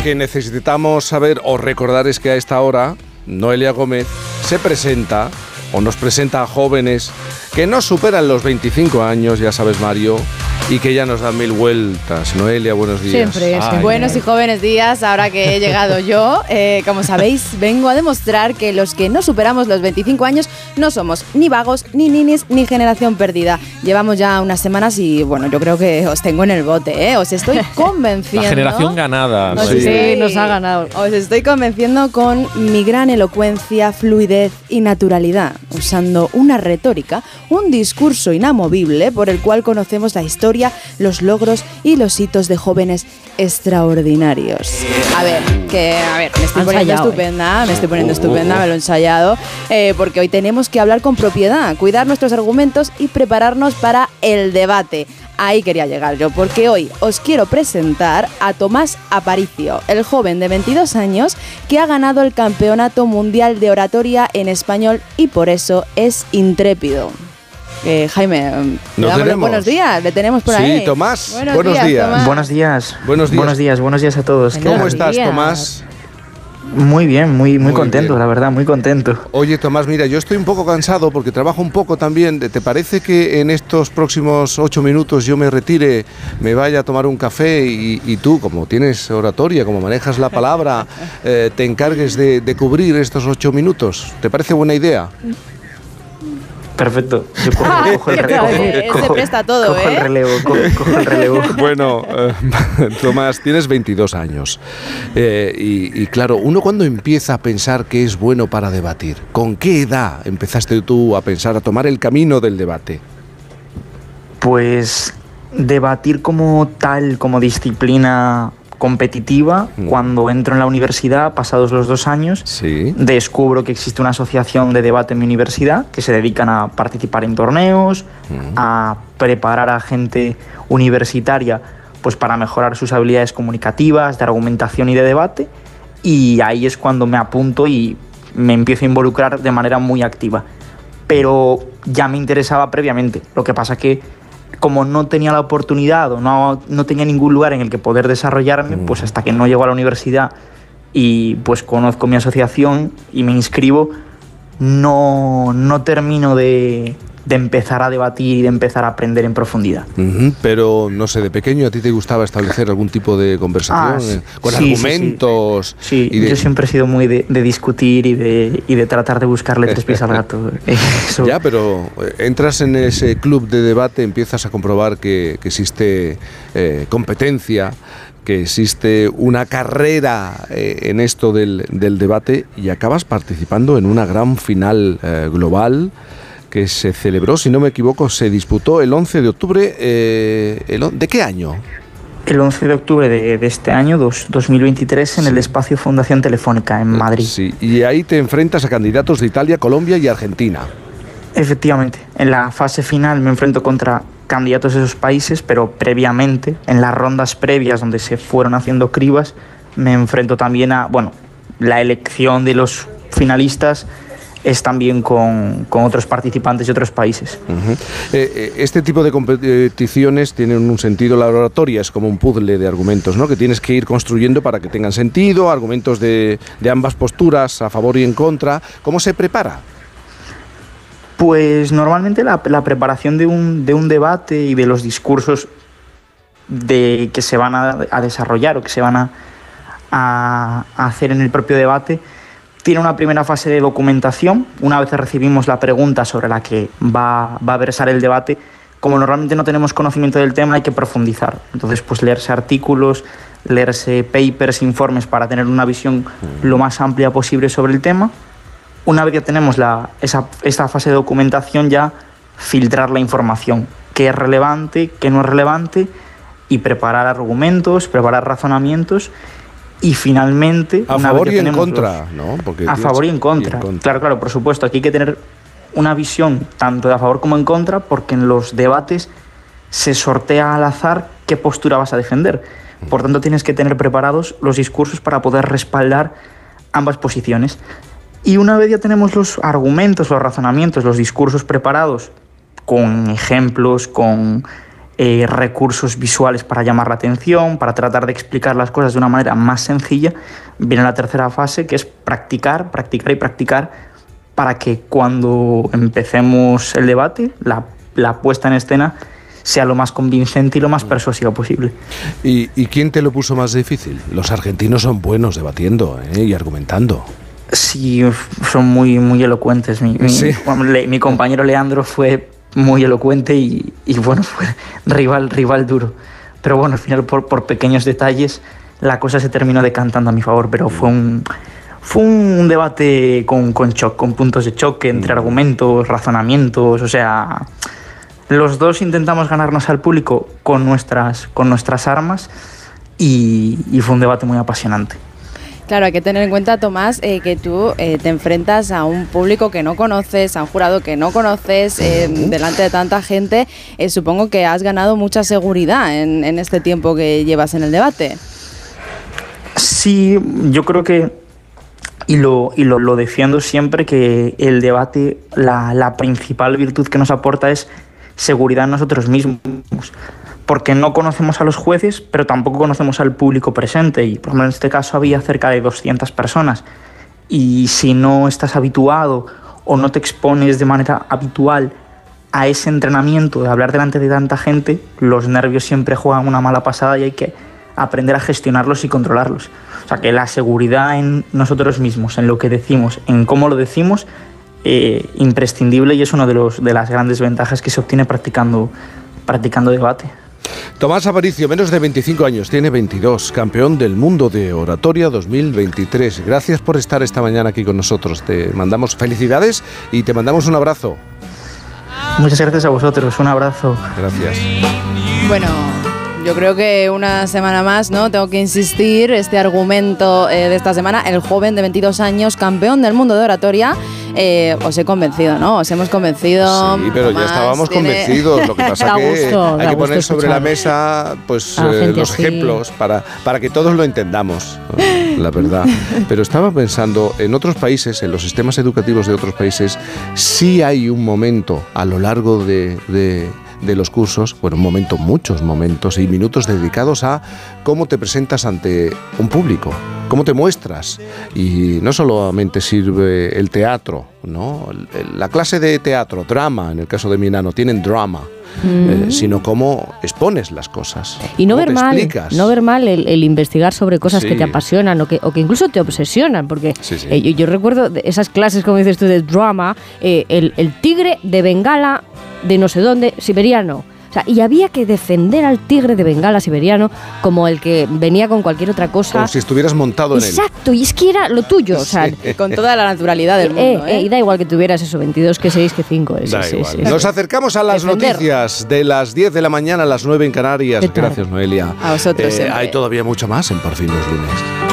que necesitamos saber o recordar es que a esta hora Noelia Gómez se presenta o nos presenta a jóvenes que no superan los 25 años, ya sabes, Mario, y que ya nos dan mil vueltas. Noelia, buenos días. Siempre. Buenos y jóvenes días, ahora que he llegado yo. Como sabéis, vengo a demostrar que los que no superamos los 25 años no somos ni vagos, ni ninis, ni generación perdida. Llevamos ya unas semanas y, bueno, yo creo que os tengo en el bote, ¿eh? Os estoy convenciendo. La generación ganada. Sí, nos ha ganado. Os estoy convenciendo con mi gran elocuencia, fluidez y naturalidad, usando una retórica, un discurso inamovible por el cual conocemos la historia, los logros y los hitos de jóvenes extraordinarios. A ver, me estoy poniendo estupenda, me lo he ensayado, porque hoy tenemos que hablar con propiedad, cuidar nuestros argumentos y prepararnos para el debate. Ahí quería llegar yo, porque hoy os quiero presentar a Tomás Aparicio, el joven de 22 años que ha ganado el Campeonato Mundial de Oratoria en Español y por eso es intrépido. Jaime, le damos los buenos días, le tenemos por ahí. Sí, Tomás, buenos días. Tomás. Buenos días a todos. ¿Cómo estás, Tomás? Muy bien, muy contento, bien. La verdad, muy contento. Oye, Tomás, mira, yo estoy un poco cansado porque trabajo un poco también. ¿Te parece que en estos próximos 8 minutos yo me retire, me vaya a tomar un café y tú, como tienes oratoria, como manejas la palabra, te encargues de cubrir estos 8 minutos? ¿Te parece buena idea? Perfecto. Yo cojo el relevo. Se presta todo, cojo el relevo. Bueno, Tomás, tienes 22 años. Y claro, uno cuando empieza a pensar que es bueno para debatir, ¿con qué edad empezaste tú a pensar, a tomar el camino del debate? Pues debatir como tal, como disciplina competitiva, cuando entro en la universidad, pasados los 2 años, sí, descubro que existe una asociación de debate en mi universidad que se dedican a participar en torneos, a preparar a gente universitaria pues para mejorar sus habilidades comunicativas, de argumentación y de debate, y ahí es cuando me apunto y me empiezo a involucrar de manera muy activa. Pero ya me interesaba previamente, lo que pasa que como no tenía la oportunidad o no tenía ningún lugar en el que poder desarrollarme, pues hasta que no llego a la universidad y pues conozco mi asociación y me inscribo, no termino de empezar a debatir y de empezar a aprender en profundidad. Pero, no sé, de pequeño ¿a ti te gustaba establecer algún tipo de conversación con argumentos? Sí, yo siempre he sido muy de discutir y de tratar de buscarle 3 pies al gato. Eso. Ya, pero entras en ese club de debate, empiezas a comprobar que existe competencia, que existe una carrera en esto del debate y acabas participando en una gran final global que se celebró, si no me equivoco, se disputó el 11 de octubre. ¿De qué año? El 11 de octubre de este año, 2023, en el espacio Fundación Telefónica, en Madrid. Sí, y ahí te enfrentas a candidatos de Italia, Colombia y Argentina. Efectivamente, en la fase final me enfrento contra candidatos de esos países, pero previamente, en las rondas previas donde se fueron haciendo cribas, me enfrento también a, la elección de los finalistas es también con otros participantes de otros países. Este tipo de competiciones tienen un sentido, la oratoria es como un puzzle de argumentos, ¿no? Que tienes que ir construyendo para que tengan sentido, argumentos de ambas posturas, a favor y en contra. ¿Cómo se prepara? Pues normalmente la preparación de un debate y de los discursos que se van a desarrollar o que se van a hacer en el propio debate tiene una primera fase de documentación. Una vez recibimos la pregunta sobre la que va a versar el debate, como normalmente no tenemos conocimiento del tema, hay que profundizar. Entonces, pues leerse artículos, leerse papers, informes para tener una visión lo más amplia posible sobre el tema. Una vez que tenemos esta fase de documentación, ya filtrar la información, qué es relevante, qué no es relevante, y preparar argumentos, preparar razonamientos. Y finalmente, a favor y en contra, ¿no? A favor y en contra. Claro, por supuesto. Aquí hay que tener una visión tanto de a favor como en contra, porque en los debates se sortea al azar qué postura vas a defender. Por tanto, tienes que tener preparados los discursos para poder respaldar ambas posiciones. Y una vez ya tenemos los argumentos, los razonamientos, los discursos preparados, con ejemplos, con recursos visuales para llamar la atención, para tratar de explicar las cosas de una manera más sencilla, viene la tercera fase, que es practicar, practicar y practicar, para que cuando empecemos el debate, la puesta en escena sea lo más convincente y lo más persuasiva posible. ¿Y quién te lo puso más difícil? Los argentinos son buenos debatiendo y argumentando. Sí, son muy, muy elocuentes. Mi compañero Leandro fue muy elocuente y bueno, fue rival duro. Pero bueno, al final por pequeños detalles la cosa se terminó decantando a mi favor, pero fue un debate con puntos de choque entre argumentos, razonamientos, o sea, los dos intentamos ganarnos al público con nuestras armas y fue un debate muy apasionante. Claro, hay que tener en cuenta, Tomás, que tú te enfrentas a un público que no conoces, a un jurado que no conoces, delante de tanta gente. Supongo que has ganado mucha seguridad en este tiempo que llevas en el debate. Sí, yo creo que, y lo defiendo siempre, que el debate, la principal virtud que nos aporta es seguridad en nosotros mismos. Porque no conocemos a los jueces, pero tampoco conocemos al público presente. Y por ejemplo, en este caso había cerca de 200 personas. Y si no estás habituado o no te expones de manera habitual a ese entrenamiento de hablar delante de tanta gente, los nervios siempre juegan una mala pasada y hay que aprender a gestionarlos y controlarlos. O sea que la seguridad en nosotros mismos, en lo que decimos, en cómo lo decimos, imprescindible, y es una de las grandes ventajas que se obtiene practicando debate. Tomás Aparicio, menos de 25 años, tiene 22, campeón del mundo de oratoria 2023. Gracias por estar esta mañana aquí con nosotros. Te mandamos felicidades y te mandamos un abrazo. Muchas gracias a vosotros, un abrazo. Gracias. Bueno, yo creo que una semana más, ¿no? Tengo que insistir, este argumento de esta semana, el joven de 22 años, campeón del mundo de oratoria. Os he convencido, ¿no? Os hemos convencido. Sí, pero ya estábamos convencidos. Lo que pasa es que hay que poner sobre la mesa pues los ejemplos para que todos lo entendamos, la verdad. Pero estaba pensando, en otros países, en los sistemas educativos de otros países, sí hay un momento a lo largo de los cursos, bueno, muchos momentos y minutos dedicados a cómo te presentas ante un público, cómo te muestras. Y no solamente sirve el teatro, ¿no? La clase de teatro, drama, en el caso de mi enano, tienen drama, sino cómo expones las cosas. Y no ver mal el investigar sobre cosas que te apasionan o que incluso te obsesionan, porque yo recuerdo esas clases, como dices tú, de drama, el tigre de Bengala de no sé dónde, siberiano. O sea, y había que defender al tigre de Bengala siberiano como el que venía con cualquier otra cosa. Como si estuvieras montado en él. Exacto, y es que era lo tuyo. O sea, con toda la naturalidad del mundo. Y da igual que tuvieras eso, 22, que 6, que 5. Nos acercamos a las noticias de las 10 de la mañana a las 9 en Canarias. Gracias, Noelia. A vosotros. Hay todavía mucho más en Por fin los lunes.